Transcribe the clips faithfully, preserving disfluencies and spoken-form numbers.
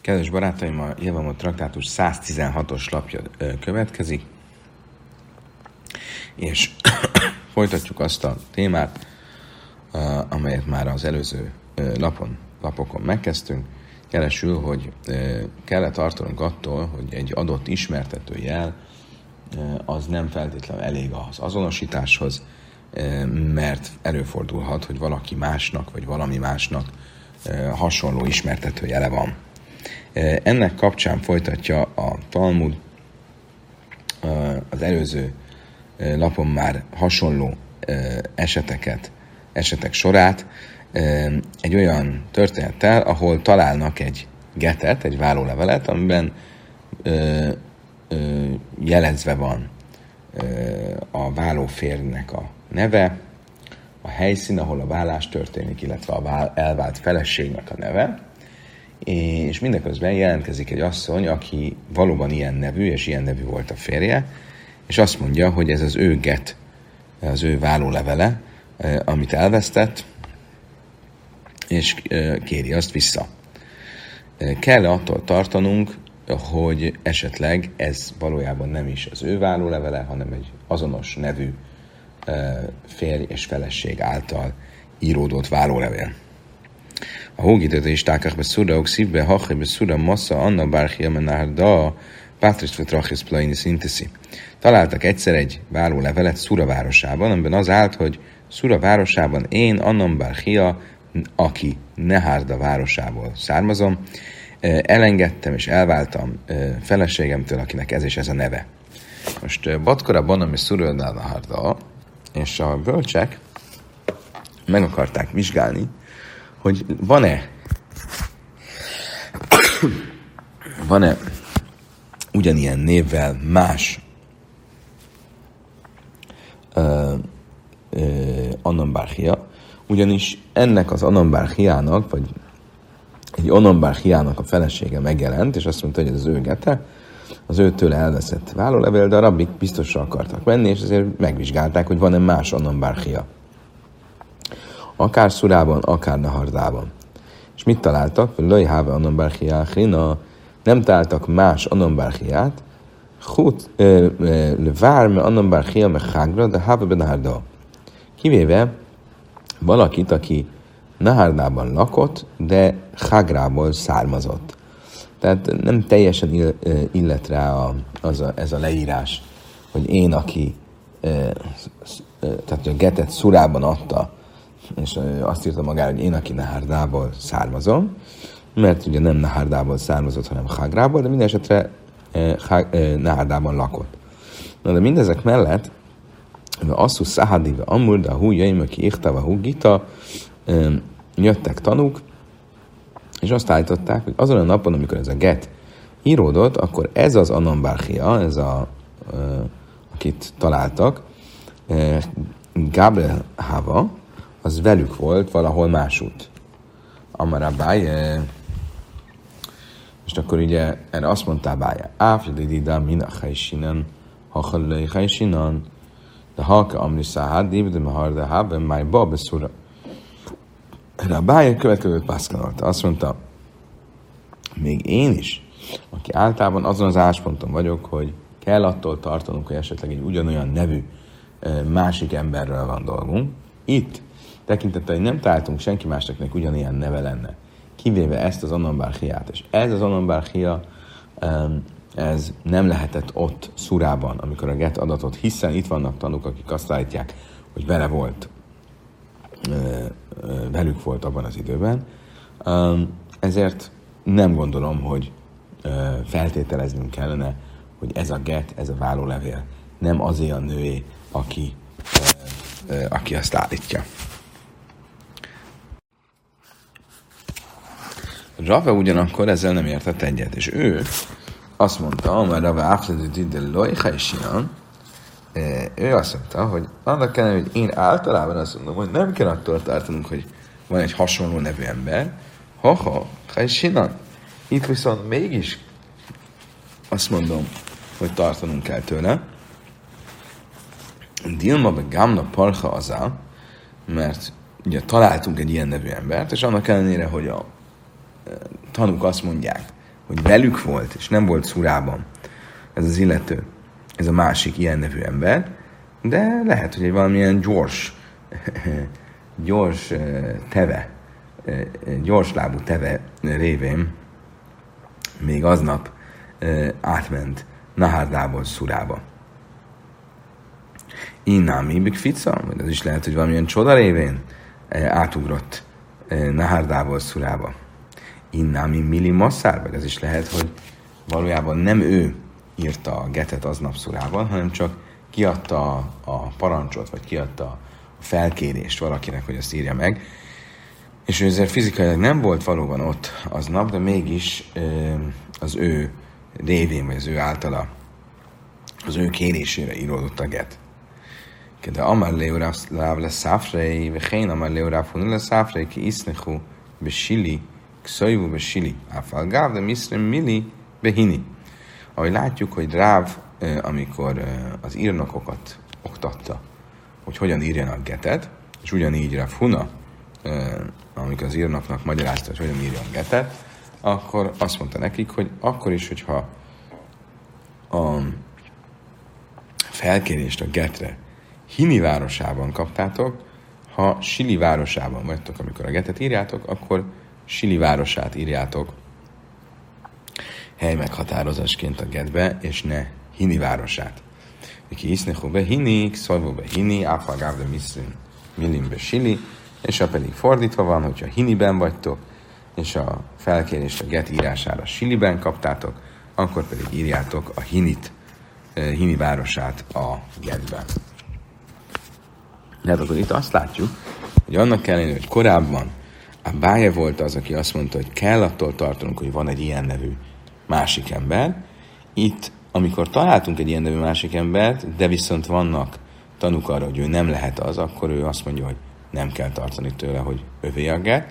Kedves barátaim, a Jevamot traktátus száztizenhatos lapja következik, és folytatjuk azt a témát, amelyet már az előző lapon, lapokon megkezdtünk. Keresül, hogy kell-e tartanunk attól, hogy egy adott ismertető jel az nem feltétlenül elég az azonosításhoz, mert előfordulhat, hogy valaki másnak, vagy valami másnak hasonló ismertető jele van. Ennek kapcsán folytatja a Talmud az előző lapon már hasonló eseteket, esetek sorát egy olyan történettel, ahol találnak egy getet, egy vállólevelet, amiben jelezve van a válóférjnek a neve, a helyszín, ahol a vállás történik, illetve a elvált feleségnek a neve, és mindeközben jelentkezik egy asszony, aki valóban ilyen nevű, és ilyen nevű volt a férje, és azt mondja, hogy ez az ő get, az ő vállólevele, amit elvesztett, és kéri azt vissza. Kell attól tartanunk, hogy esetleg ez valójában nem is az ő vállólevele, hanem egy azonos nevű férj és feleség által íródott vállólevél. A hógidőt is tákak beszúra, szívbe, haché beszúra, massza, anna bárhia, menárda, pátrist vetrachis plaini szinteszi. Találtak egyszer egy vállólevelet Szura városában, amiben az állt, hogy Szura városában én, Annan bárhia, aki Nehárda városából származom, elengedtem és elváltam feleségemtől, akinek ez és ez a neve. Most Batkora Banam és Szura Nehárda, és a bölcsek meg akarták vizsgálni, hogy van-e van-e ugyanilyen névvel más uh, uh, Anambárhia, ugyanis ennek az Anambárhiának, vagy egy Anambárhiának a felesége megjelent, és azt mondta, hogy ez az ő gete, az őtől elveszett vállólevél, de a rabbik biztosra akartak menni, és ezért megvizsgálták, hogy van-e más Anambárhia. Akár Szurában, akár Nehardában. És mit találtak? Löj háve Anambárhia, Hrina, nem találtak más Anambárhiát, Hut, várme Anambárhia, meg Hágra, de háve Benárda. Kivéve valakit, aki Nehardában lakott, de Hágrából származott. Tehát nem teljesen illet rá a, az a, ez a leírás, hogy én, aki tehát a getet Szurában adta, és azt írta magára, hogy én, aki Nehárdából származom, mert ugye nem Nehárdából származott, hanem Hágrából, de minden esetre Nehárdában lakott. Na de mindezek mellett, Asszu Szahadive Amurda, Hú Jaim, aki Ichtava Hú Gita, jöttek tanúk, és azt állították, hogy azon a napon, amikor ez a get íródott, akkor ez az Anambárhia, ez a, akit találtak, Gabriel Hava, az velük volt valahol másút. Amarabály, és akkor ugye erre azt mondta Bája, Áfrididida min a hajsinan, hachallai hajsinan, de halka amri száhádib, de maharda háben máj babeszura. Erre a Bája következőt pászkanolta. Azt mondta, még én is, aki általában azon az állásponton vagyok, hogy kell attól tartanunk, hogy esetleg egy ugyanolyan nevű másik emberről van dolgunk. Itt tekintettel, hogy nem találtunk senki másnak, ugyanilyen neve lenne, kivéve ezt az Anambárhiát. És ez az Anambárhia, ez nem lehetett ott Szurában, amikor a get adatot, hiszen itt vannak tanúk, akik azt állítják, hogy vele volt, velük volt abban az időben. Ezért nem gondolom, hogy feltételeznünk kellene, hogy ez a get, ez a vállólevél nem azért a nőé, aki, aki azt állítja. Rava ugyanakkor ezzel nem értett egyet, és ő azt mondta, mert Rava áfledődide lojhajsinan, ő azt mondta, hogy annak kellene, hogy én általában azt mondom, hogy nem kell attól tartanunk, hogy van egy hasonló nevű ember, ha-ha, hajsinan. Itt viszont mégis azt mondom, hogy tartanunk kell tőle. Dilma be gamna parha azá, mert ugye találtunk egy ilyen nevű embert, és annak ellenére, hogy a tanúk azt mondják, hogy velük volt, és nem volt szurában ez az illető, ez a másik ilyen nevű ember, de lehet, hogy egy valamilyen gyors, gyors teve, gyorslábú teve révén még aznap átment Nahárdából szurába. Innámi bikfica, vagy az is lehet, hogy valamilyen csoda révén átugrott Nahárdából szurába. Innámi Mili Masszár, vagy az is lehet, hogy valójában nem ő írta a getet aznap szurában, hanem csak kiadta a parancsot, vagy kiadta a felkérést valakinek, hogy azt írja meg. És ő ezért fizikailag nem volt valóban ott aznap, de mégis az ő révén, vagy az ő általa, az ő kérésére íródott a get. De amar leu ráv le száfrei, ve hén amar leu ráv hunu le száfrei, ki isznechu besili, kszajvu besili, áfal gáv, de miszrem mili behini. Ahogy látjuk, hogy Ráv, amikor az írnokokat oktatta, hogy hogyan írjanak getet, és ugyanígy Ráv Huna, amikor az írnoknak magyarázta, hogy hogyan írjon getet, akkor azt mondta nekik, hogy akkor is, hogyha a felkérést a getre Hini városában kaptátok, ha Sili városában vagytok, amikor a getet írjátok, akkor Sili városát írjátok hely meghatározásként a getbe, és ne Hini városát. Ki isznechu be Hini, szolvó be Hini, áfalgáv de miszrin milim be Sili, és ha pedig fordítva van, hogyha Hiniben vagytok, és a felkérést a get írására Siliben kaptátok, akkor pedig írjátok a Hinit, Hini városát a getben. Hát akkor itt azt látjuk, hogy annak ellenére, hogy korábban a Báje volt az, aki azt mondta, hogy kell attól tartanunk, hogy van egy ilyen nevű másik ember. Itt, amikor találtunk egy ilyen nevű másik embert, de viszont vannak tanúk arra, hogy ő nem lehet az, akkor ő azt mondja, hogy nem kell tartani tőle, hogy övé a get.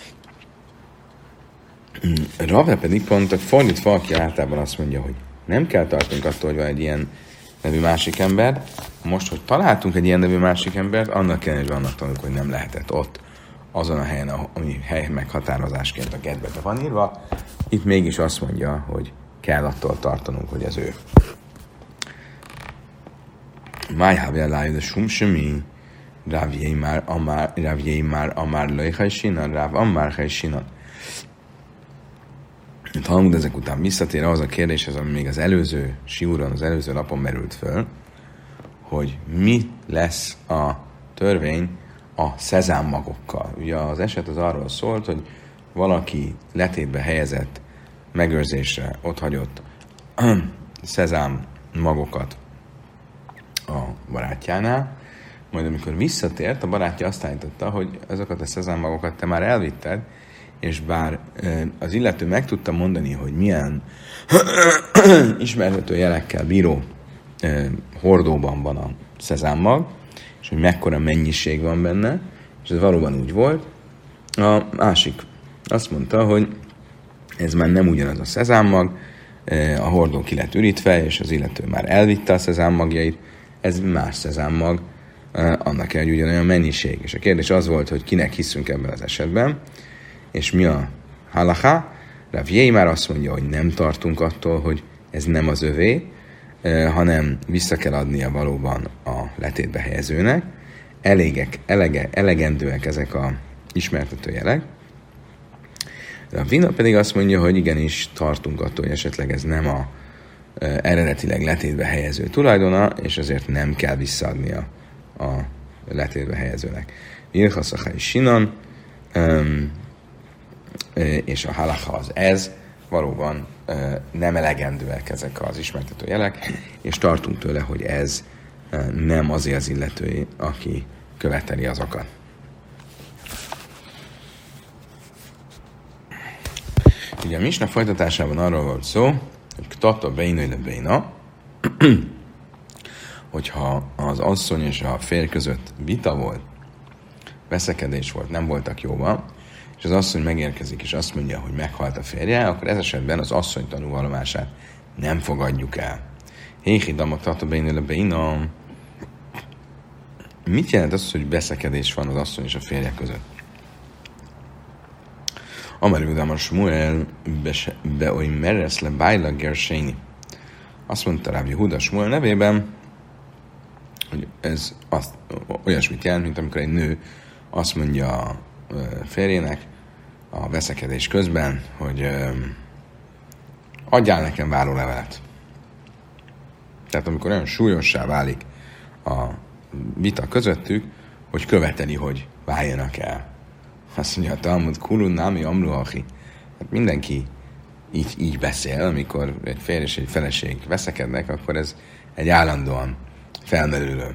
Rave pedig pont fordítva, aki általában azt mondja, hogy nem kell tartanunk attól, hogy van egy ilyen nevű másik ember. Most, hogy találtunk egy ilyen nevű másik embert, annak ellenére vannak tanúk, hogy nem lehetett ott, azon a helyen, ami hely meghatározásként a getbe van írva. Itt mégis azt mondja, hogy kell attól tartanunk, hogy ez ő. Májhábjál lájad a sumsemi, rávjéi már amár, rávjéi már amár löjhajsinan, ráv amár hajsinan. Talmud ezek után visszatér az a kérdéshez, ami még az előző siúron, az előző lapon merült föl, hogy mi lesz a törvény a szezámmagokkal. Ugye az eset az arról szólt, hogy valaki letétbe helyezett, megőrzésre ott hagyott szezám magokat a barátjánál, majd amikor visszatért, a barátja azt állította, hogy azokat a szezám magokat te már elvitted, és bár az illető meg tudta mondani, hogy milyen ismerhető jelekkel bíró hordóban van a szezámmag, és hogy mekkora mennyiség van benne, és ez valóban úgy volt. A másik azt mondta, hogy ez már nem ugyanaz a szezámmag, a hordó ki lett ürítve, és az illető már elvitte a szezámmagjait, ez más szezámmag, annak kell, hogy ugyanolyan mennyiség. És a kérdés az volt, hogy kinek hiszünk ebben az esetben, és mi a halacha? Rav Jei már azt mondja, hogy nem tartunk attól, hogy ez nem az övé, hanem vissza kell adnia valóban a letétbe helyezőnek. Elégek, elege, elegendőek ezek a ismertető jelek. Rav Huna pedig azt mondja, hogy igenis tartunk attól, hogy esetleg ez nem a e, eredetileg letétbe helyező tulajdona, és ezért nem kell visszaadnia a letétbe helyezőnek. Vilchaszachai sinan, um, és a halacha az ez, valóban uh, nem elegendőek ezek az ismertető jelek, és tartunk tőle, hogy ez uh, nem azért az illetői, aki követeli azokat. Ugye a misna folytatásában arról volt szó, hogy ktata beinai le beina, hogyha az asszony és a férj között vita volt, veszekedés volt, nem voltak jóban, és az asszony megérkezik, és azt mondja, hogy meghalt a férje, akkor ez esetben az asszony tanúvallomását nem fogadjuk el. Héhi damak ktata beinai le beina. Mit jelent az, hogy veszekedés van az asszony és a férje között? Amar Udamar Smuel beoly meresz le bájla gerséni. Azt mondta Rav Yehuda Smuel nevében, hogy ez azt, olyasmit jelent, mint amikor egy nő azt mondja a férjének a veszekedés közben, hogy adjál nekem várólevelet. Tehát amikor olyan súlyossá válik a vita közöttük, hogy követeli, hogy váljanak el. Azt mondja a Talmud, kulun námi amruachi. Hát mindenki így, így beszél, amikor egy férj és egy feleség veszekednek, akkor ez egy állandóan felmerülő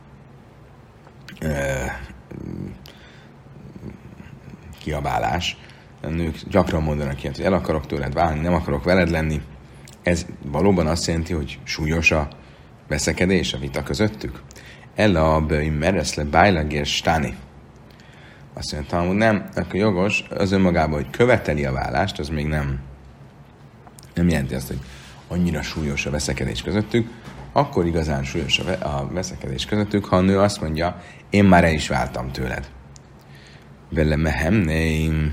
kiabálás. A nők gyakran mondanak ilyet, hogy el akarok tőled válni, nem akarok veled lenni. Ez valóban azt jelenti, hogy súlyos a veszekedés, a vita közöttük. Ella a bői mereszle bájlagér stáni. Azt mondta, hogy nem, akkor jogos, az önmagában, hogy követeli a vállást, az még nem, nem jelenti azt, hogy annyira súlyos a veszekedés közöttük, akkor igazán súlyos a veszekedés közöttük, ha a nő azt mondja, én már el is váltam tőled. Vele mehemneim.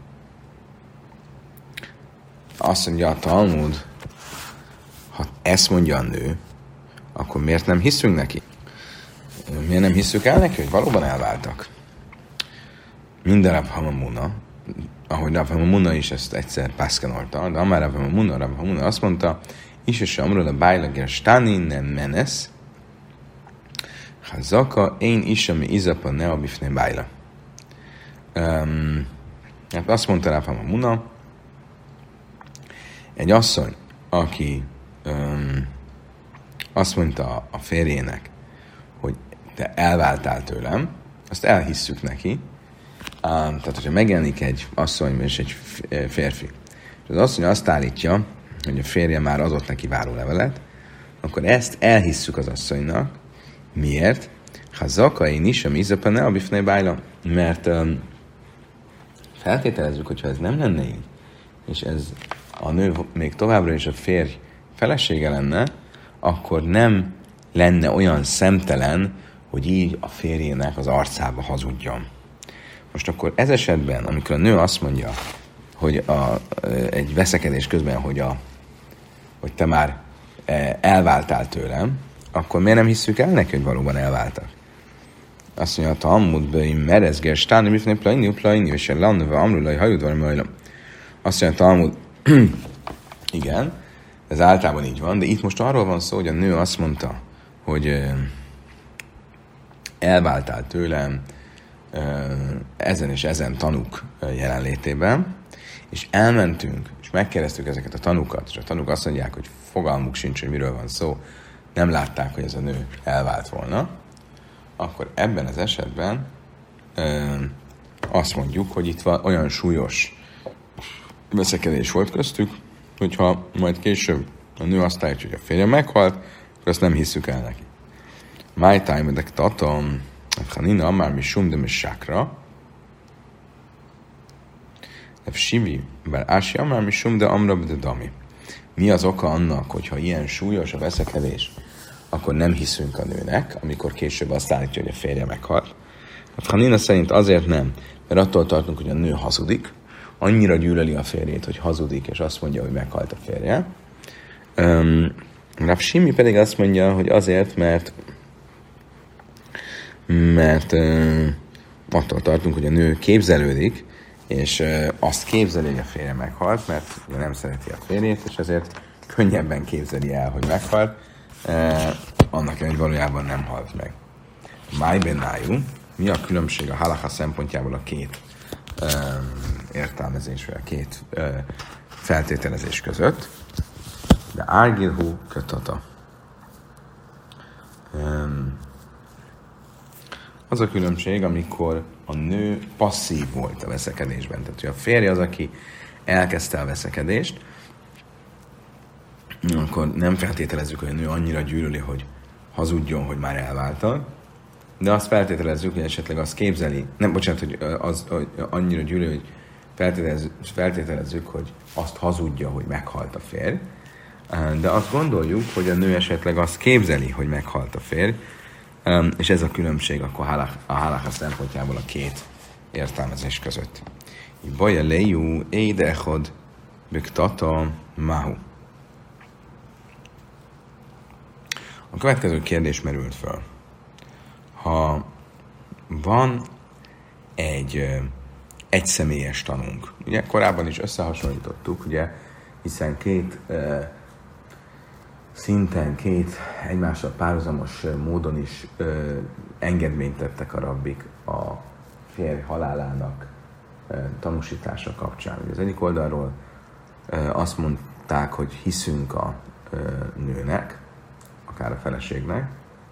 Azt mondja a Talmud, ha ezt mondja a nő, akkor miért nem hiszünk neki? Miért nem hiszük el neki, hogy valóban elváltak? Minden Rav Hamamuna, ahogy Rav Hamamuna is ezt egyszer pászkanolta, de amár Rav Hamamuna, Rav Hamamuna azt mondta, is és amról a bájlager stáni nem menesz, ha zaka, én is, ami izapa ne abifne bájla. Um, hát azt mondta Rav Hamamuna, egy asszony, aki um, azt mondta a férjének, hogy te elváltál tőlem, azt elhisszük neki. Um, tehát, hogyha megjelenik egy asszony és egy férfi, és az asszony azt állítja, hogy a férje már adott neki várólevelet, akkor ezt elhisszük az asszonynak. Miért? Ha zakai nisam izapa ne abifne bájla. Mert um, feltételezzük, hogyha ez nem lenne így, és ez a nő még továbbra is a férj felesége lenne, akkor nem lenne olyan szemtelen, hogy így a férjének az arcába hazudjon. Most akkor ez esetben, amikor a nő azt mondja, hogy a, egy veszekedés közben, hogy, a, hogy te már elváltál tőlem, akkor miért nem hisszük el neki, hogy valóban elváltak? Azt mondja, a Talmud bői merezger stáni mifne plaini, plaini, és a lannöve amrulai hajudvar majlam. Azt mondja, a Talmud, igen, ez általában így van, de itt most arról van szó, hogy a nő azt mondta, hogy elváltál tőlem ezen és ezen tanúk jelenlétében, és elmentünk, és megkérdeztük ezeket a tanúkat, és a tanúk azt mondják, hogy fogalmuk sincs, hogy miről van szó, nem látták, hogy ez a nő elvált volna, akkor ebben az esetben azt mondjuk, hogy itt van olyan súlyos veszekedés volt köztük, hogyha majd később a nő azt állítja, hogy a férje meghalt, akkor azt nem hisszük el neki. My time edek tatom, Hanina amár mi sum de mi sákra, Sivi, bár ási amár mi sum de amra de dami. Mi az oka annak, hogyha ilyen súlyos a veszekedés, akkor nem hiszünk a nőnek, amikor később azt állítja, hogy a férje meghalt. Hát Hanina szerint azért nem, mert attól tartunk, hogy a nő hazudik, annyira gyűlöli a férjét, hogy hazudik, és azt mondja, hogy meghalt a férje. Um, Rav Simi pedig azt mondja, hogy azért, mert mert uh, attól tartunk, hogy a nő képzelődik, és uh, azt képzeli, hogy a férje meghalt, mert nem szereti a férjét, és ezért könnyebben képzeli el, hogy meghalt, uh, annak, hogy valójában nem halt meg. Májben nájú, mi a különbség a halacha szempontjából a két um, értelmezés, vagy a két uh, feltételezés között? De árgilhú kötata. Um, az a különbség, amikor a nő passzív volt a veszekedésben. Tehát, hogy a férje az, aki elkezdte a veszekedést, akkor nem feltételezzük, hogy a nő annyira gyűlöli, hogy hazudjon, hogy már elváltak, de azt feltételezzük, hogy esetleg azt képzeli, nem, bocsánat, hogy az hogy annyira gyűlöli, hogy feltételezzük, feltételezzük, hogy azt hazudja, hogy meghalt a férj, de azt gondoljuk, hogy a nő esetleg azt képzeli, hogy meghalt a férj, és ez a különbség akkor a halacha szempontjából a két értelmezés között. Baja lejú, édechod, biktata, mahu. A következő kérdés merült föl. Ha van egy egyszemélyes tanunk, ugye korábban is összehasonlítottuk, ugye, hiszen két uh, szinten, két egymással párhuzamos módon is uh, engedményt tettek a rabbik a férj halálának uh, tanúsítása kapcsán. Ugye az egyik oldalról uh, azt mondták, hogy hiszünk a uh, nőnek, akár a feleségnek,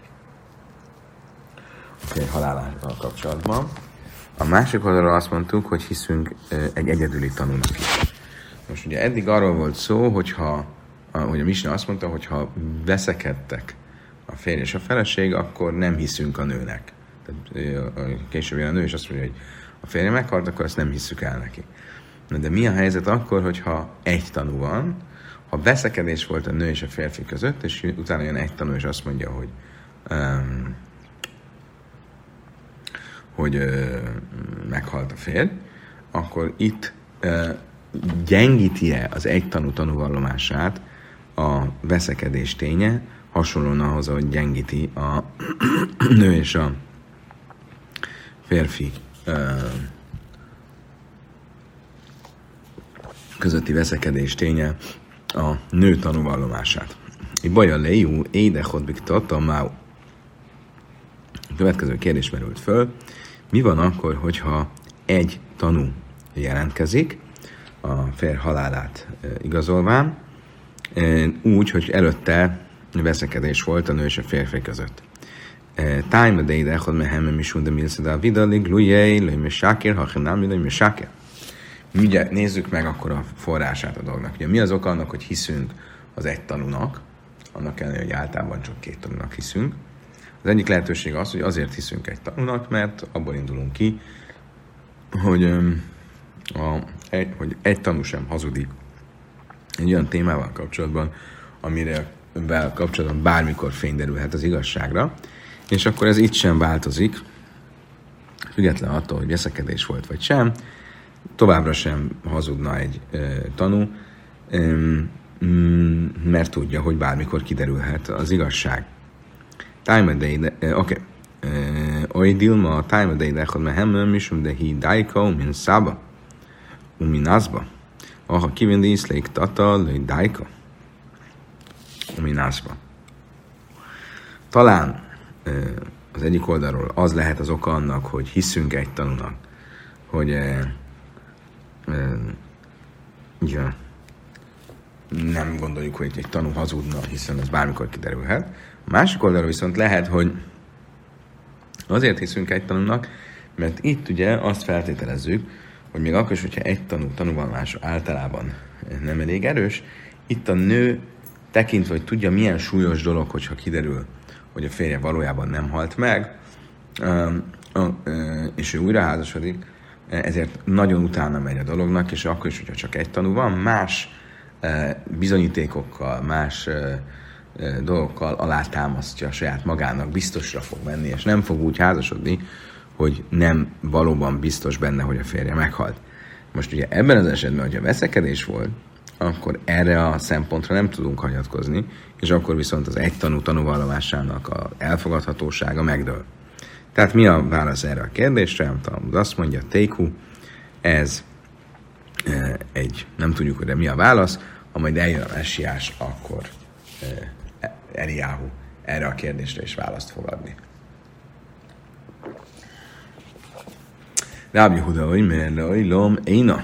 a férj halálával kapcsolatban. A másik oldalról azt mondtuk, hogy hiszünk egy egyedüli tanúnak is. Most ugye eddig arról volt szó, hogyha, hogy a Misna azt mondta, hogy ha veszekedtek a férj és a feleség, akkor nem hiszünk a nőnek. Tehát később jön a nő, és azt mondja, hogy a férje meghalt, akkor ezt nem hisszük el neki. Na de mi a helyzet akkor, hogyha egy tanú van, ha veszekedés volt a nő és a férfi között, és utána jön egy tanú, és azt mondja, hogy um, hogy ö, meghalt a férj, akkor itt ö, gyengíti-e az egy tanú tanúvallomását a veszekedés ténye, hasonlóan ahhoz, ahogy gyengíti a nő és a férfi ö, közötti veszekedés ténye a nő tanúvallomását. Itt baja lejú, édechod biktata máu. A következő kérdés merült föl. Mi van akkor, hogyha egy tanú jelentkezik a férj halálát igazolván, úgy, hogy előtte veszekedés volt a nő és a férfi között. Time de ide, hogy mehem misún de milszeda vidalig, lujjei, lőjme sákér, ha nem lőjme sákér. Mindjárt nézzük meg akkor a forrását a dolgnak. Ugye mi az oka annak, hogy hiszünk az egy tanúnak, annak ellenére, hogy általában csak két tanúnak hiszünk. Az egyik lehetőség az, hogy azért hiszünk egy tanúnak, mert abból indulunk ki, hogy, a, egy, hogy egy tanú sem hazudik egy olyan témával kapcsolatban, amire kapcsolatban bármikor fény derülhet az igazságra, és akkor ez itt sem változik, független attól, hogy veszekedés volt vagy sem, továbbra sem hazudna egy e, tanú, e, mert tudja, hogy bármikor kiderülhet az igazság. Time of day, oké. Oly dilma, time of day, de hogy mehem misum de hi daiko min szaba, min azba. Aha, kivin díszlék tata, lőj daiko, min azba. Talán az egyik oldalról az lehet az oka annak, hogy hiszünk egy tanúnak, hogy e, e, ja, nem gondoljuk, hogy egy tanú hazudna, hiszen ez bármikor kiderülhet. A másik oldalról viszont lehet, hogy azért hiszünk egy tanúnak, mert itt ugye azt feltételezzük, hogy még akkor is, hogyha egy tanú tanúvallomás általában nem elég erős, itt a nő tekintve, hogy tudja, milyen súlyos dolog, hogyha kiderül, hogy a férje valójában nem halt meg, és ő újra házasodik, ezért nagyon utána megy a dolognak, és akkor is, hogyha csak egy tanú van, más bizonyítékokkal, más dolgokkal alátámasztja a saját magának, biztosra fog menni, és nem fog úgy házasodni, hogy nem valóban biztos benne, hogy a férje meghalt. Most ugye ebben az esetben, hogyha veszekedés volt, akkor erre a szempontra nem tudunk hagyatkozni, és akkor viszont az egy tanú tanúvallomásának az elfogadhatósága megdől. Tehát mi a válasz erre a kérdésre? Talmud azt mondja, Teiku, ez e, egy, nem tudjuk, hogy de mi a válasz, ha majd eljön a messiás, akkor e, Eliáhu erre a kérdésre is választ fog adni. Rabbi Huda, hogy merlajlom éna.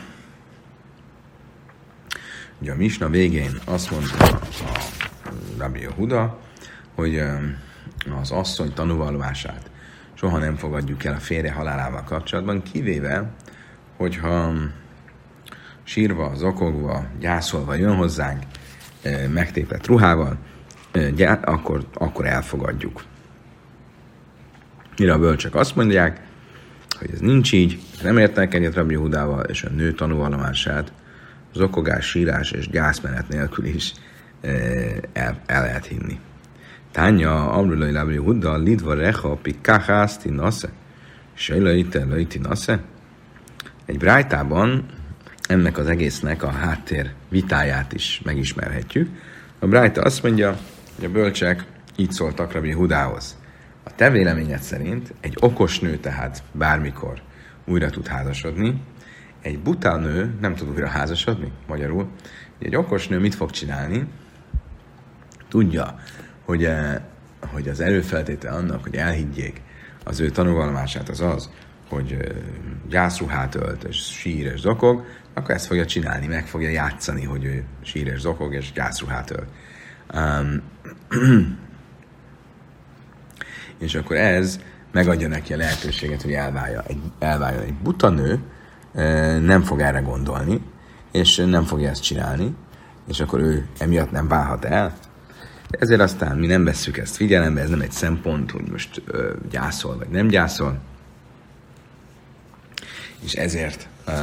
Ugye a Misna végén azt mondta a Rabbi Huda, hogy az asszony tanúvallomását soha nem fogadjuk el a férje halálával kapcsolatban, kivéve, hogyha sírva, zokogva, gyászolva jön hozzánk, megtépett ruhával, akkor, akkor elfogadjuk. Mire a bölcsek azt mondják, hogy ez nincs így, nem értenek egyet Rabbi Hudával, és a nő tanúvallomását zokogás, sírás és gyászmenet nélkül is el, el lehet hinni. Tánya, Amrulai Rabbi Huda, Lidva Recha, Pikáhászti Nasze, Sejlaite, Laiti Nasze. Egy brájtában ennek az egésznek a háttér vitáját is megismerhetjük. A brájta azt mondja, hogy a bölcsek így szóltak Rabbi Hudához. A te véleményed szerint egy okos nő tehát bármikor újra tud házasodni, egy buta nő nem tud újra házasodni, magyarul. Egy okos nő mit fog csinálni? Tudja, hogy, hogy az előfeltétele annak, hogy elhiggyék az ő tanúvallomását az az, hogy gyászruhát ölt, és sír és zokog, akkor ezt fogja csinálni, meg fogja játszani, hogy ő sír és zokog, és gyászruhát ölt. Um, és akkor ez megadja neki a lehetőséget, hogy elválja. Egy, elválja egy buta nő, nem fog erre gondolni, és nem fogja ezt csinálni, és akkor ő emiatt nem válhat el. Ezért aztán mi nem vesszük ezt figyelembe, ez nem egy szempont, hogy most ö, gyászol vagy nem gyászol, és ezért ö,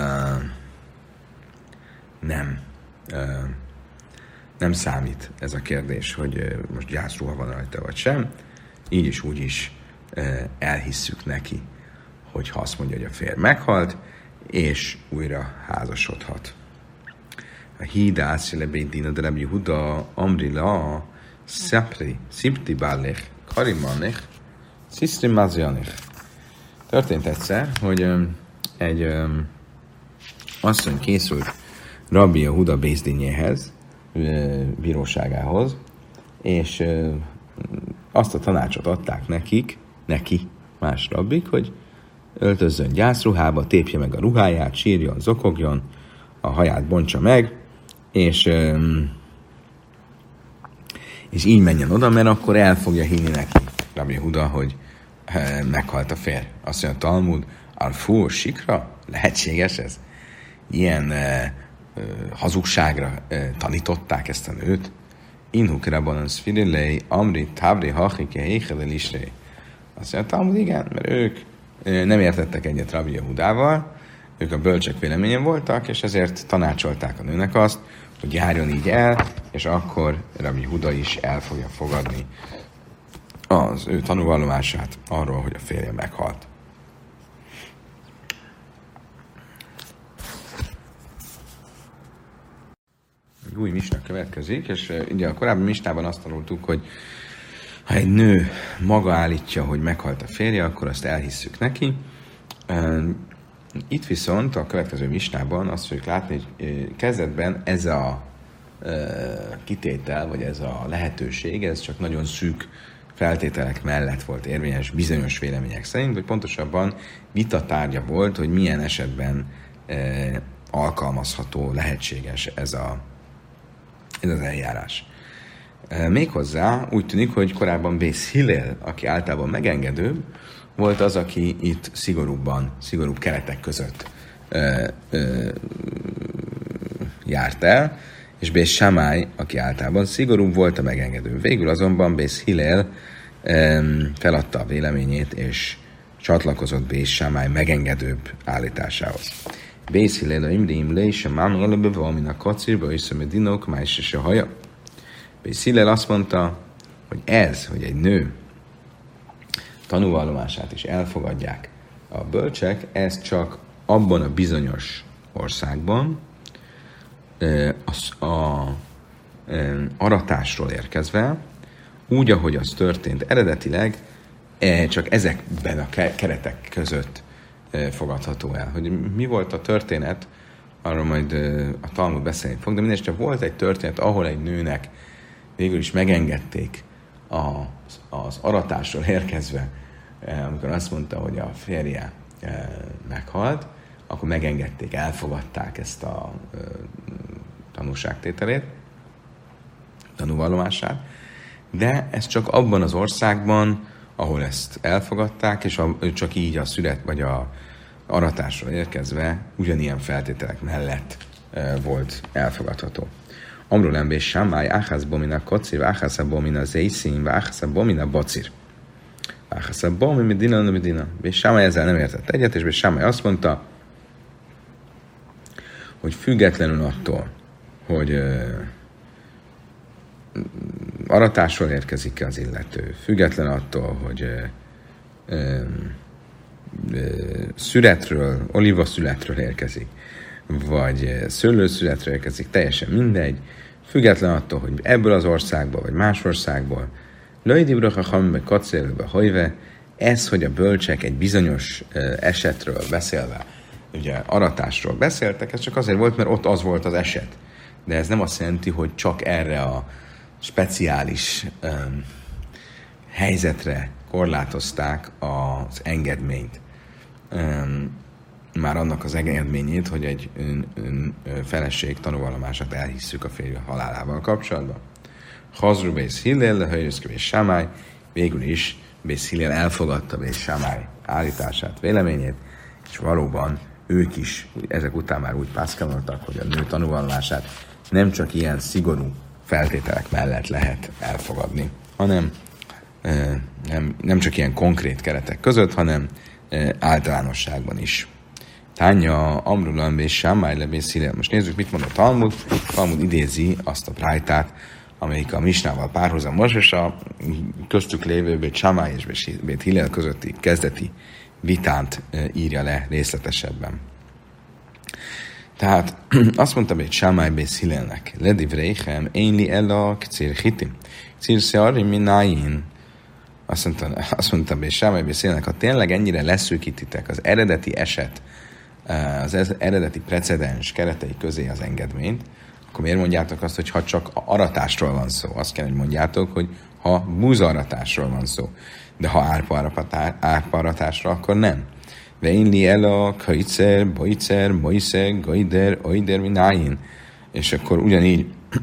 nem, ö, nem számít ez a kérdés, hogy ö, most gyászruha van rajta vagy sem. Így is, úgy is ö, elhisszük neki, hogy ha azt mondja, hogy a férj meghalt, és újra házasodhat. A hídász, lebédina, de Rabbi Huda, Amrila, Szapri, Szipti Bálech, Karimanech, Sziszri Mazjanech. Történt egyszer, hogy um, egy um, asszony készült Rabbi Huda Bézdinjéhez, uh, bíróságához, és uh, azt a tanácsot adták nekik, neki, más rabbik, hogy öltözzön gyászruhába, tépje meg a ruháját, sírjon, zokogjon, a haját bontsa meg, és, um, és így menjen oda, mert akkor el fogja hinni neki, Rabbi Huda, hogy uh, meghalt a férj. Azt mondja a Talmud, alfú, sikra? Lehetséges ez? Ilyen uh, uh, hazugságra uh, tanították ezt a nőt? Inhukraban az firilei, amri, tábri, hachike, héchele, lisré. Azt mondja a Talmud, igen, mert ők uh, nem értettek egyet Rabbi Hudával, ők a bölcsek véleményen voltak, és ezért tanácsolták a nőnek azt, hogy járjon így el, és akkor Rabbi Huda is el fogja fogadni az ő tanúvallomását arról, hogy a férje meghalt. Egy új misna következik, és ugye a korábbi misnában azt tanultuk, hogy ha egy nő maga állítja, hogy meghalt a férje, akkor azt elhisszük neki. Itt viszont a következő misnában azt fogjuk látni, hogy kezdetben ez a kitétel, vagy ez a lehetőség, ez csak nagyon szűk feltételek mellett volt érvényes bizonyos vélemények szerint, vagy pontosabban vita tárgya volt, hogy milyen esetben alkalmazható, lehetséges ez, a, ez az eljárás. Méghozzá úgy tűnik, hogy korábban Bész Hillel, aki általában megengedőbb, volt az, aki itt szigorúbban, szigorúbb keretek között ö, ö, járt el, és Bész Sámály, aki általában szigorúbb volt, a megengedő. Végül azonban Bész Hillel ö, feladta a véleményét, és csatlakozott Bész Sámály megengedőbb állításához. Bész Hillel a imrim le, és a mámon alapbe valamin a kacírba, és a medinok, más és a haja. Bész Hillel azt mondta, hogy ez, hogy egy nő tanúvallomását is elfogadják a bölcsek, ez csak abban a bizonyos országban az a aratásról érkezve, úgy, ahogy az történt eredetileg, csak ezekben a keretek között fogadható el. Hogy mi volt a történet, arról majd a Talmud beszélni fog, de mindesetre volt egy történet, ahol egy nőnek végül is megengedték az, az aratásról érkezve, amikor azt mondta, hogy a férje meghalt, akkor megengedték, elfogadták ezt a tanúságtételét, tanúvallomását, de ez csak abban az országban, ahol ezt elfogadták, és a, csak így a szület vagy a aratásról érkezve ugyanilyen feltételek mellett volt elfogadható. Amról embés Sámály, áhász bomina kocir, áhász bomina zészín, áhász bomina bacir. Áhász bomina medina, medina. És Sámály ezzel nem értett egyet, és Sámály azt mondta, hogy függetlenül attól, hogy uh, aratásról érkezik az illető, független attól, hogy uh, um, születről, olívaszületről érkezik, vagy szőlőszületről érkezik, teljesen mindegy, független attól, hogy ebből az országból, vagy más országból, Löjdibracha Hambe Kacérőbe Hajve, ez, hogy a bölcsek egy bizonyos esetről beszélve, ugye aratásról beszéltek, ez csak azért volt, mert ott az volt az eset. De ez nem azt jelenti, hogy csak erre a speciális um, helyzetre korlátozták az engedményt. Um, már annak az engedményét, hogy egy ön, ön, feleség tanúvallomását elhisszük a férj halálával kapcsolatban. Hazru Bész Hillel, Hajröszkő és Sámály, végül is Bész Hillel elfogadta Bész Sámály állítását, véleményét, és valóban ők is ezek után már úgy pászkáloltak, hogy a nő tanúvallomását nem csak ilyen szigorú feltételek mellett lehet elfogadni, hanem nem, nem csak ilyen konkrét keretek között, hanem általánosságban is. Tánya, Amrulan, és Sámály, Lebész Hillel. Most nézzük, mit mond a Talmud. A Talmud idézi azt a brájtát, amelyik a Misnával párhuzamos, és a köztük lévő Bét Sámály és Bét Hillel közötti kezdeti vitát írja le részletesebben. Tehát azt mondta Bét Sámály Bét Hillelnek, Ledivreichem, énli el a kcér hitim, kcér szearim minájén. Azt mondta, azt mondta Bét Sámály Bét Hillelnek, ha tényleg ennyire leszűkítitek az eredeti eset, az eredeti precedens keretei közé az engedményt, akkor miért mondjátok azt, hogy ha csak aratásról van szó? Azt kell, hogy mondjátok, hogy ha búzaratásról van szó. De ha árparatásra, akkor nem. Veinli el a kajcer, bajcer, majszer, gajder, ajder, minájén. És akkor ugyanígy,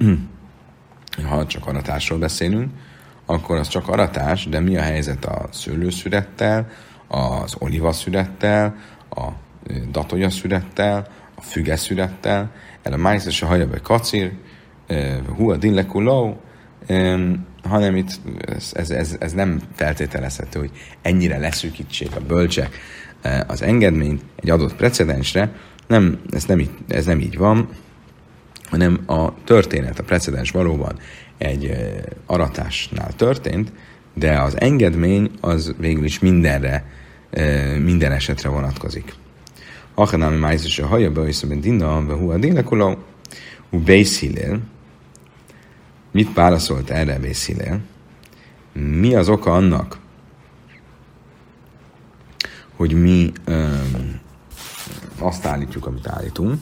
ha csak aratásról beszélünk, akkor az csak aratás, de mi a helyzet a szőlőszürettel, az olivaszürettel, a datolyaszürettel, a fügeszürettel, el a májsz és a hajabe kacír, hua dillekuló, hanem itt ez, ez, ez nem feltételezhető, hogy ennyire leszűkítsék a bölcsek az engedményt egy adott precedensre. Nem, ez, nem így, ez nem így van, hanem a történet, a precedens valóban egy aratásnál történt, de az engedmény az végül is mindenre, minden esetre vonatkozik. Achanámi májsz és a hajabe, hogy dinna, hua dillekuló, hu Bész Hillel. Mit válaszolt erre Bész Hillel? Mi az oka annak, hogy mi öm, azt állítjuk, amit állítunk?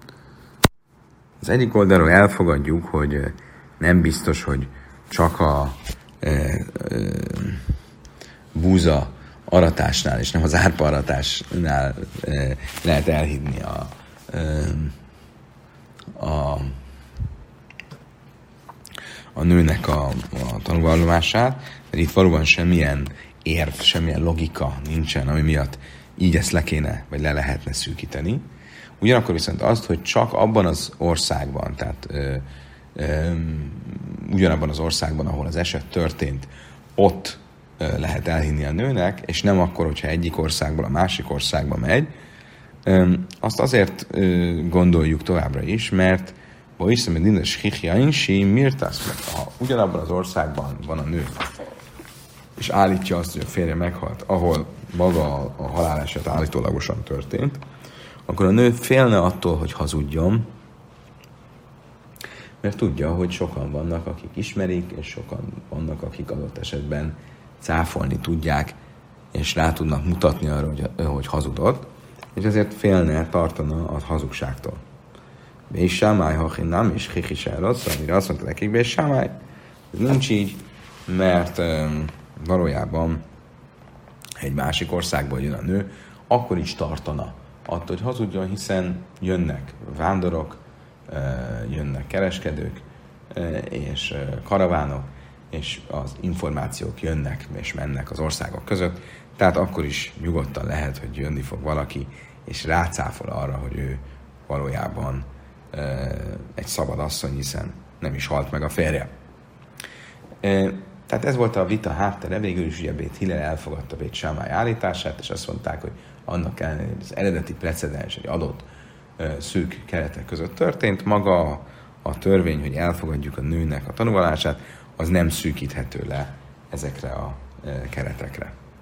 Az egyik oldalról elfogadjuk, hogy nem biztos, hogy csak a ö, ö, búza aratásnál, és nem az árpa aratásnál ö, lehet elhinni a, ö, a a nőnek a, a tanúvallomását, mert itt valóban semmilyen érv, semmilyen logika nincsen, ami miatt így ezt le kéne, vagy le lehetne szűkíteni. Ugyanakkor viszont azt, hogy csak abban az országban, tehát ö, ö, ugyanabban az országban, ahol az eset történt, ott ö, lehet elhinni a nőnek, és nem akkor, hogyha egyik országból a másik országba megy. Ö, azt azért ö, gondoljuk továbbra is, mert ha hiszem, hogy minden schichjainsi, miért azt meg, ha ugyanabban az országban van a nő, és állítja azt, hogy a férje meghalt, ahol maga a haláleset állítólagosan történt, akkor a nő félne attól, hogy hazudjon, mert tudja, hogy sokan vannak, akik ismerik, és sokan vannak, akik adott esetben cáfolni tudják, és rá tudnak mutatni arra, hogy, hogy hazudott, és ezért félne, tartana a hazugságtól. Bész Sámály, ha nem is hihisárat, amire azt mondta nekik, Bész Sámály. Ez nincs így, mert um, valójában egy másik országból jön a nő, akkor is tartana attól, hogy hazudjon, hiszen jönnek vándorok, jönnek kereskedők, és karavánok, és az információk jönnek és mennek az országok között, tehát akkor is nyugodtan lehet, hogy jönni fog valaki, és rácáfol arra, hogy ő valójában egy szabad asszony, hiszen nem is halt meg a férje. Tehát ez volt a vita háttere, végül is ugye Bét Hillel elfogadta Bét Sámály állítását, és azt mondták, hogy annak ellenére, hogy az eredeti precedens egy adott szűk keretek között történt, maga a törvény, hogy elfogadjuk a nőnek a tanúvallását, az nem szűkíthető le ezekre a keretekre.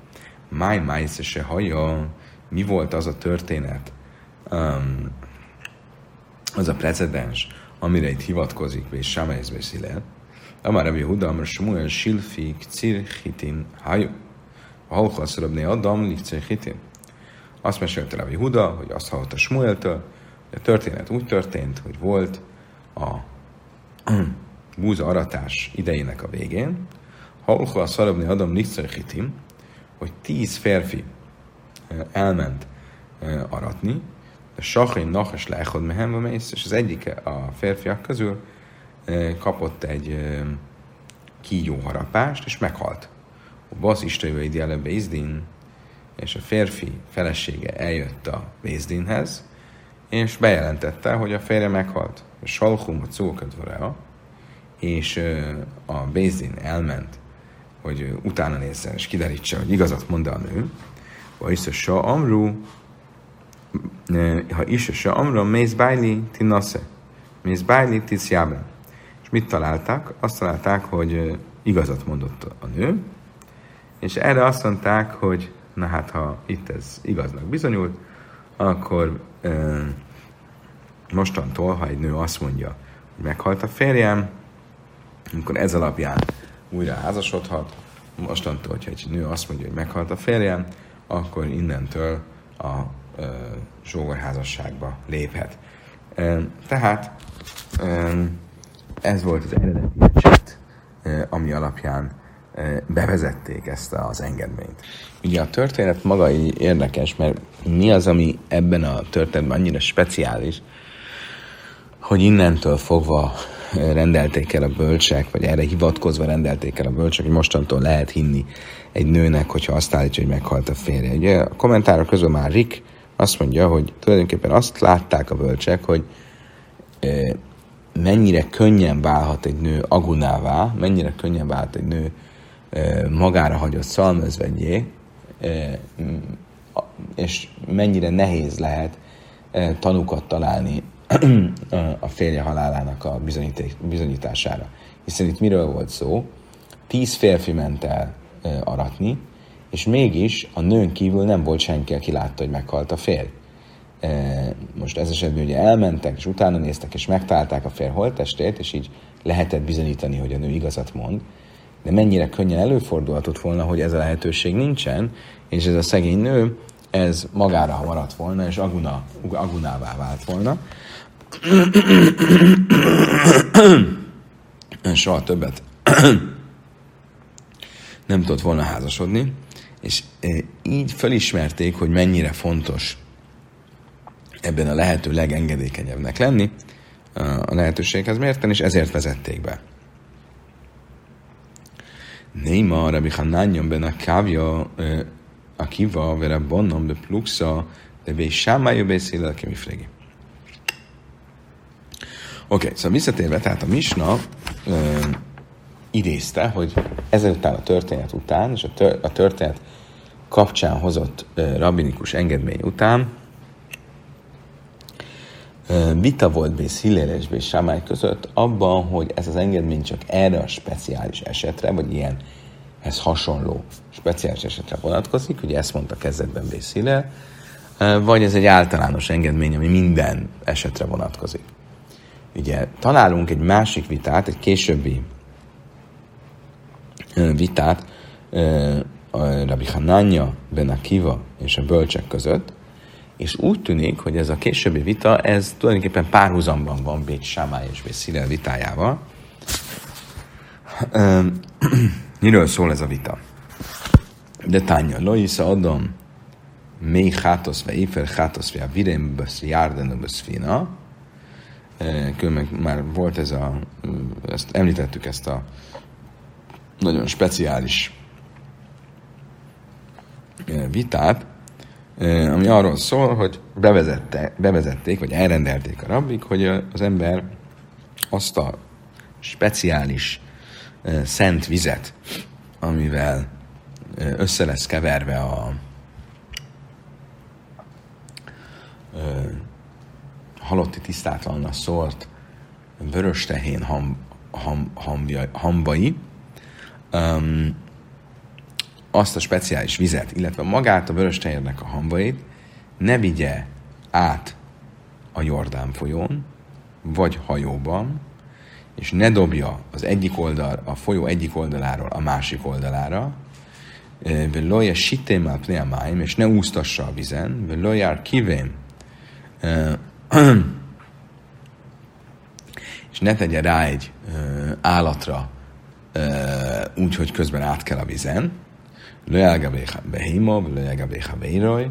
máj máj se haja, mi volt az a történet, um, az a precedens, amire itt hivatkozik, és Sámályz beszél. Amár Rabbi Huda, amár Samuel Silfi, Kcir Hitin, Hajó. A halkasz Rabbi Adam, Likcir Hitin. Azt mesélte Rabbi Huda, hogy azt hallotta Samueltől, hogy a történet úgy történt, hogy volt a búza aratás idejének a végén, halkasz Rabbi Adam, Likcir Hitin, hogy tíz férfi elment aratni, a Sachin Naches Lechod Mehem mész, és az egyik a férfiak közül kapott egy kígyó harapást, és meghalt. A basz Istenjöveidi előbb Bézdin, és a férfi felesége eljött a Bézdinhez, és bejelentette, hogy a férje meghalt. A Salchum a Cóködvorea, és a Bézdin elment, hogy utána nézzen, és kiderítse, hogy igazat mond a nő. Ha is a sa amru, ha is a sa amru, mész bájli tinasze, mész bájli tiszjában. És mit találták? Azt találták, hogy igazat mondott a nő, és erre azt mondták, hogy na hát, ha itt ez igaznak bizonyult, akkor e, mostantól, ha egy nő azt mondja, hogy meghalt a férjem, akkor ez alapján újra házasodhat. Mostantól, hogyha egy nő azt mondja, hogy meghalt a férjem, akkor innentől a e, zsógorházasságba léphet. E, tehát e, ez volt az eredeti eset, ami alapján bevezették ezt az engedményt. Ugye a történet maga érdekes, mert mi az, ami ebben a történetben annyira speciális, hogy innentől fogva rendelték el a bölcsek, vagy erre hivatkozva rendelték el a bölcsek, hogy mostantól lehet hinni egy nőnek, hogyha azt állítja, hogy meghalt a férje. Ugye a kommentárok közül már Rick azt mondja, hogy tulajdonképpen azt látták a bölcsek, hogy mennyire könnyen válhat egy nő agunává, mennyire könnyen válhat egy nő magára hagyott szalmazvegyé, és mennyire nehéz lehet tanúkat találni a férje halálának a bizonyítására. Hiszen itt miről volt szó? Tíz férfi ment el aratni, és mégis a nőn kívül nem volt senki, aki látta, hogy meghalt a férj. Most ez esetben ugye elmentek, és utána néztek, és megtalálták a férj holttestét, és így lehetett bizonyítani, hogy a nő igazat mond, de mennyire könnyen előfordulhatott volna, hogy ez a lehetőség nincsen, és ez a szegény nő, ez magára maradt volna, és aguna, agunává vált volna. Soha többet nem tudott volna házasodni, és így felismerték, hogy mennyire fontos ebben a lehető legengedékenyebbnek lenni a lehetőséghez mérten, és ezért vezették be. Néma, Rabbi Hanányon ben a kávja, a kiva, vere bonnom, be pluxa, de vé sámájú beszél, aki mi frégi. Oké, szóval visszatérve, tehát a Misna ö, idézte, hogy ezután a történet után, és a, tör, a történet kapcsán hozott ö, rabbinikus engedmény után ö, vita volt Bész Hillel és Bész Sámály között abban, hogy ez az engedmény csak erre a speciális esetre, vagy ilyenhez hasonló speciális esetre vonatkozik, ugye ezt mondta kezdetben Bész Hillel, ö, vagy ez egy általános engedmény, ami minden esetre vonatkozik. Ugye találunk egy másik vitát, egy későbbi vitát a Rabbi Hanánja, Ben Akiva és a bölcsek között, és úgy tűnik, hogy ez a későbbi vita, ez tulajdonképpen párhuzamban van Bécs Sámály és Bécs Hillel vitájával. Miről szól ez a vita? De Tánya, Loisza Adom, mély hátosz, ve éfer hátosz, ve a virém, besz járden, besz fina. Különben már volt ez a, ezt említettük ezt a nagyon speciális vitát, ami arról szól, hogy bevezette, bevezették, vagy elrendelték a rabbik, hogy az ember azt a speciális szent vizet, amivel össze lesz keverve a halotti tisztátlanna szólt vörös tehén ham, ham, hambja, hambai, um, azt a speciális vizet, illetve magát a vörös tehernek a hambait ne vigye át a Jordán folyón, vagy hajóban, és ne dobja az egyik oldal, a folyó egyik oldaláról a másik oldalára, Veloja sitémál pneamáim, és ne úsztassa a vizen, Velojár kivém, és ne tegye rá egy állatra úgy, hogy közben át kell a vizen, Velojálga behima, Velojálga behavéroj,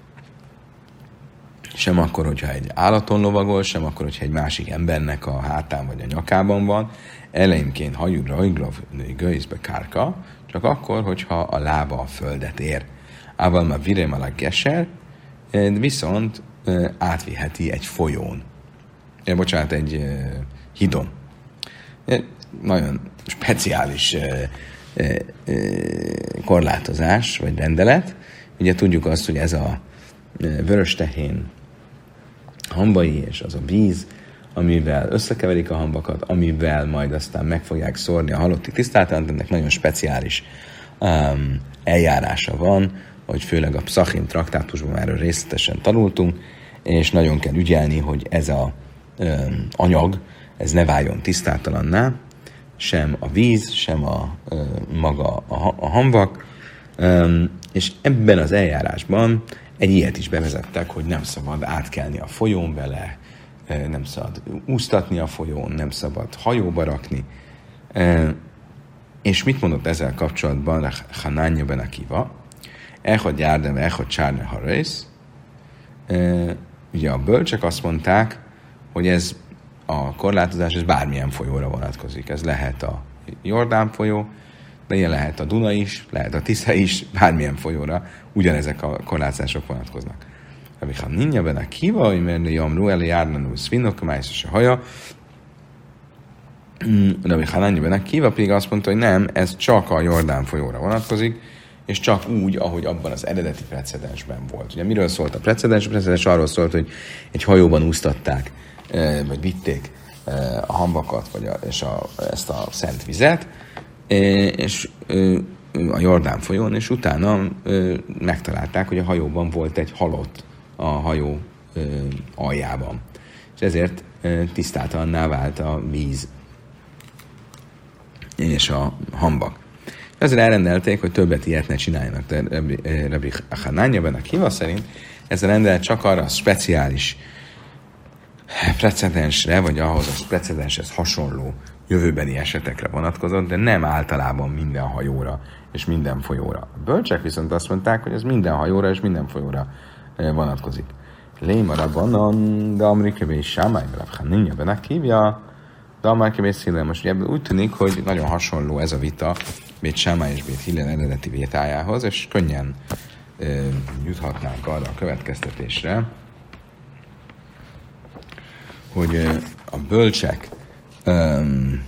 sem akkor, hogyha egy állaton lovagol, sem akkor, hogyha egy másik embernek a hátán vagy a nyakában van, elejénként hajugra, hajgrav, gőzbe kárka, csak akkor, hogyha a lába a földet ér. Ával ma virem a geser, viszont átviheti egy folyón. Ja, bocsánat, egy hidon. Nagyon speciális korlátozás, vagy rendelet. Ugye tudjuk azt, hogy ez a vörös tehén hambai, és az a víz, amivel összekeverik a hambakat, amivel majd aztán meg fogják szórni a halotti tisztátalant, ennek nagyon speciális um, eljárása van, hogy főleg a Pszachim traktátusban erről részletesen tanultunk, és nagyon kell ügyelni, hogy ez a um, anyag, ez ne váljon tisztátalanná, sem a víz, sem a uh, maga a, a hambak, um, és ebben az eljárásban egy ilyet is bevezettek, hogy nem szabad átkelni a folyón vele, nem szabad úsztatni a folyón, nem szabad hajóba rakni. És mit mondott ezzel kapcsolatban Hanánja ben Akiva? Echad járdem, echad csárne harész. Ugye a bölcsek azt mondták, hogy ez a korlátozás ez bármilyen folyóra vonatkozik. Ez lehet a Jordán folyó, de ilyen lehet a Duna is, lehet a Tisza is, bármilyen folyóra ugyanezek a korlátozások vonatkoznak. Rabbi Hanánja ben Akiva, hogy mert jamru elé járnanul szvinok, májszos a haja. Rabbi Hanánja ben Akiva pedig azt mondta, hogy nem, ez csak a Jordán folyóra vonatkozik, és csak úgy, ahogy abban az eredeti precedensben volt. Ugye miről szólt a precedens? A precedens arról szólt, hogy egy hajóban úsztatták, vagy vitték a hambakat, vagy a, és a, ezt a szent vizet, és a Jordán folyón, és utána megtalálták, hogy a hajóban volt egy halott a hajó aljában. És ezért tisztátalanná vált a víz és a hambak. Ezért elrendelték, hogy többet ilyet ne csináljanak, de Rabbi Hanánja ben Akiva szerint ez a rendelet csak arra a speciális precedensre, vagy ahhoz a precedenshez hasonló jövőbeni esetekre vonatkozott, de nem általában minden hajóra és minden folyóra. A bölcsek viszont azt mondták, hogy ez minden hajóra és minden folyóra vonatkozik. Léma rabbanon, de Amerikebe is sámály, Rabbi Hanánja ben Akiva, de Amerikebe szílel. Most ugye úgy tűnik, hogy nagyon hasonló ez a vita Bét Sámály és Bét Hillel eredeti vétájához, és könnyen e, juthatnánk arra a következtetésre, hogy e, a bölcsek e,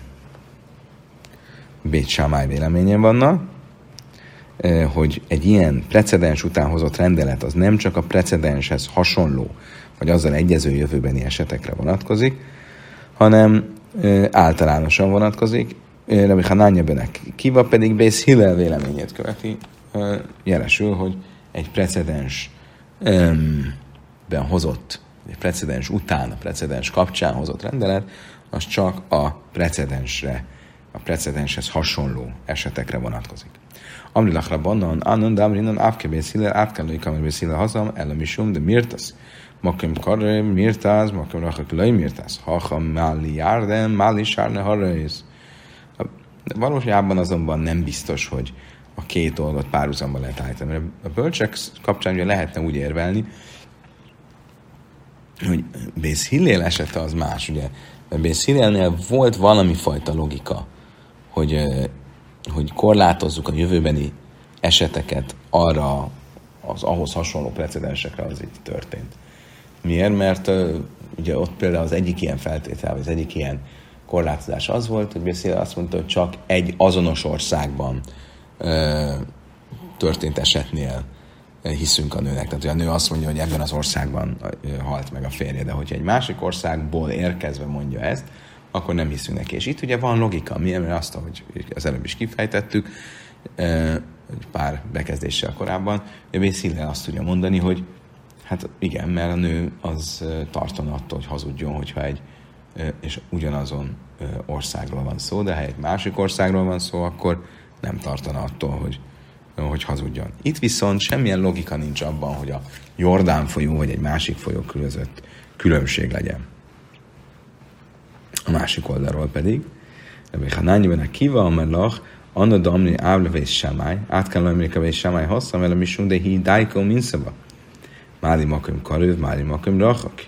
Bét Sámály véleményen vannak, e, hogy egy ilyen precedens után hozott rendelet az nem csak a precedenshez hasonló, vagy azzal egyező jövőbeni esetekre vonatkozik, hanem e, általánosan vonatkozik. Rabbi Hanánja ben Akiva pedig Bét Hillel véleményét követi, jelesül, hogy egy precedensben hozott, egy precedens után, a precedens kapcsán hozott rendelet, az csak a precedensre, a precedenshez hasonló esetekre vonatkozik. Amrilach rabbanon, annon, damrinon, ávke Bét Hillel, átkelői kamer Bét Hillel hazam, ellemisum, de mirtasz. Makem karre, mirtász, makem rachak lej mirtász. Hacha máli járdem, máli sárne harrész. De valójában azonban nem biztos, hogy a két dolgot párhuzamba lehet állítani. Mert a bölcsek kapcsán ugye lehetne úgy érvelni, hogy Bét Hillel esete az más, ugye? Mert Bét Hillelnél volt valami fajta logika, hogy, hogy korlátozzuk a jövőbeni eseteket arra az ahhoz hasonló precedensekre, az itt történt. Miért? Mert ugye ott például az egyik ilyen feltétel, az egyik ilyen korlátozás az volt, hogy Bét Hillel azt mondta, hogy csak egy azonos országban ö, történt esetnél hiszünk a nőnek. Tehát, hogy a nő azt mondja, hogy ebben az országban halt meg a férje, de hogyha egy másik országból érkezve mondja ezt, akkor nem hiszünk neki. És itt ugye van logika, mi, mert azt, ahogy az előbb is kifejtettük, ö, pár bekezdéssel korábban, hogy Bész Hillel azt tudja mondani, hogy hát igen, mert a nő az tartana attól, hogy hazudjon, hogyha egy és ugyanazon országról van szó, de ha egy másik országról van szó, akkor nem tartana attól, hogy, hogy hazudjon. Itt viszont semmilyen logika nincs abban, hogy a Jordán folyó vagy egy másik folyó között különbség legyen. A másik oldalról pedig, Rabbi Hanányi ben Akiva amelach, Anna damni ávlevész semály, át kell emlékevész semály hosszam, vele mi de hi dájkó minszava. Máli maköm karöv, máli maköm rachak.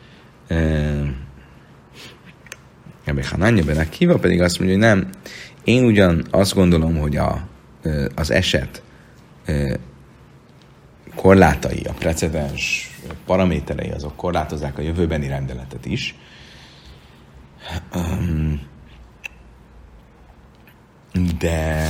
Rabbi Hanányi ben Akiva pedig azt mondja, hogy nem, én ugyan azt gondolom, hogy a, az eset korlátai, a precedens paraméterei, azok korlátozzák a jövőbeni rendeletet is. De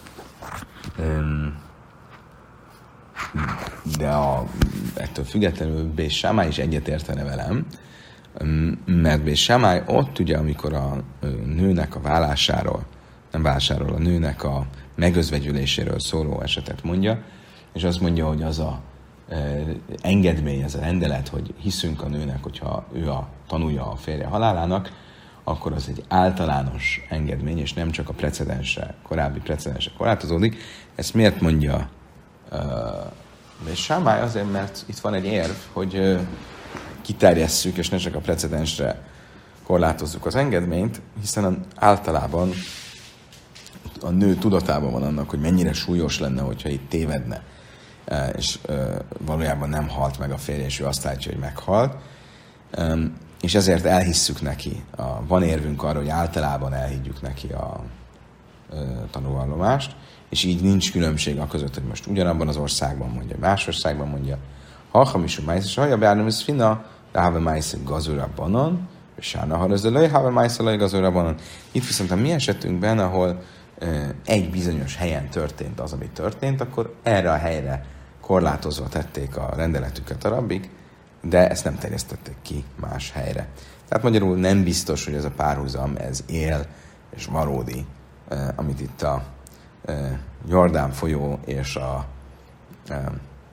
de a, ettől függetlenül Bés Sámály is egyetértene velem, mert Bés Sámály ott ugye, amikor a nőnek a vállásáról, nem vállásáról, a nőnek a megözvegyüléséről szóló esetet mondja, és azt mondja, hogy az a eh, engedmény, ez a rendelet, hogy hiszünk a nőnek, hogyha ő a tanúja a férje halálának, akkor az egy általános engedmény, és nem csak a precedensre, korábbi precedensre korlátozódik. Ezt miért mondja uh, és Sámály? Azért, mert itt van egy érv, hogy uh, kiterjesszük, és ne csak a precedensre korlátozzuk az engedményt, hiszen általában a nő tudatában van annak, hogy mennyire súlyos lenne, hogyha itt tévedne, uh, és uh, valójában nem halt meg a férje, és ő azt látja, hogy meghalt. Um, és ezért elhisszük neki. A, van érvünk arra, hogy általában elhiggyük neki a e, tanúvallomást, és így nincs különbség a között, hogy most ugyanabban az országban mondja, más országban mondja. Ha hamisú májsz, és hajja beárnom, ez finna, ráve májsz gazura banan, és sárna harözölöj, háve májsz a gazura banan. Itt viszont a mi esetünkben, ahol e, egy bizonyos helyen történt az, ami történt, akkor erre a helyre korlátozva tették a rendeletüket a rabbik, de ezt nem terjesztették ki más helyre. Tehát magyarul nem biztos, hogy ez a párhuzam, ez él és valódi, eh, amit itt a eh, Jordán folyó és a eh,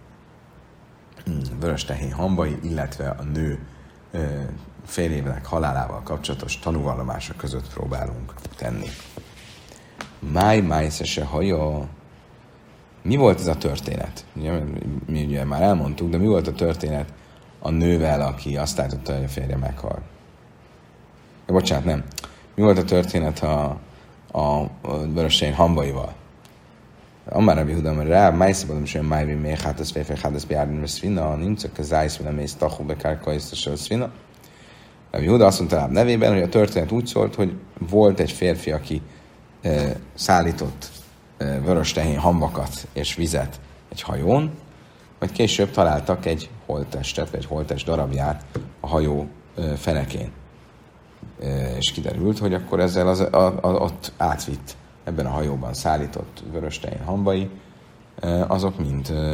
vöröstehén hambai, illetve a nő eh, férjének halálával kapcsolatos tanúvallomása között próbálunk tenni. Máj, májsze se haja. Mi volt ez a történet? Ugye, mi ugye már elmondtuk, de mi volt a történet a nővel, aki azt állította, hogy a férje meghal? Ja, bocsánat, nem. Mi volt a történet a, a, a vöröstény hambaival? Amár Rabbi Huda, mert rá, májszabadom sem májvi még, hát az fejfej, hát az bejárni, mert szvina, nincs csak az ájszvina, mész tachu, bekárka, és a szvina. Rabbi Huda azt mondta rám nevében, hogy a történet úgy szólt, hogy volt egy férfi, aki e, szállított e, vöröstehén hamvakat és vizet egy hajón, majd később találtak egy holttestet, vagy egy holttest darabját a hajó e, fenekén. E, és kiderült, hogy akkor ezzel az, a, a, ott átvitt, ebben a hajóban szállított vöröstehén hambai, e, azok mind e,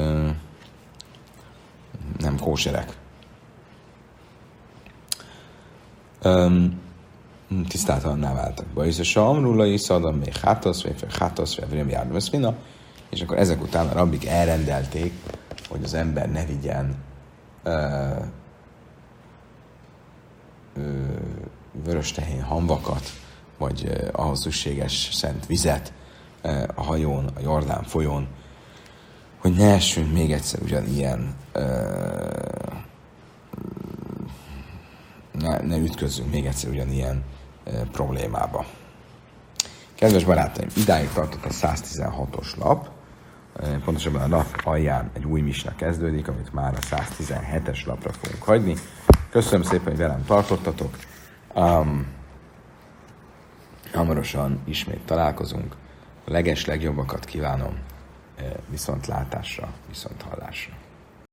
nem kóserek. Um, tisztátalanná váltak. Bajszösa amrulla iszadam még hátasz, vagy fel hátasz, vagy vrém járnom eszmina, és akkor ezek után a rabbik elrendelték, hogy az ember ne vigyen uh, uh, vöröstehén hamvakat, vagy uh, ahhoz szükséges szent vizet uh, a hajón, a Jordán folyón, hogy ne essünk még egyszer ugyanilyen uh, Ne, ne ütközzünk még egyszer ugyanilyen e, problémába. Kedves barátaim, idáig tartott a száztizenhatos lap, e, pontosabban a lap alján egy új misna kezdődik, amit már a száztizenhetes lapra fogunk hagyni. Köszönöm szépen, hogy velem tartottatok. Um, hamarosan ismét találkozunk. A leges legjobbakat kívánom, e, viszontlátásra, viszonthallásra.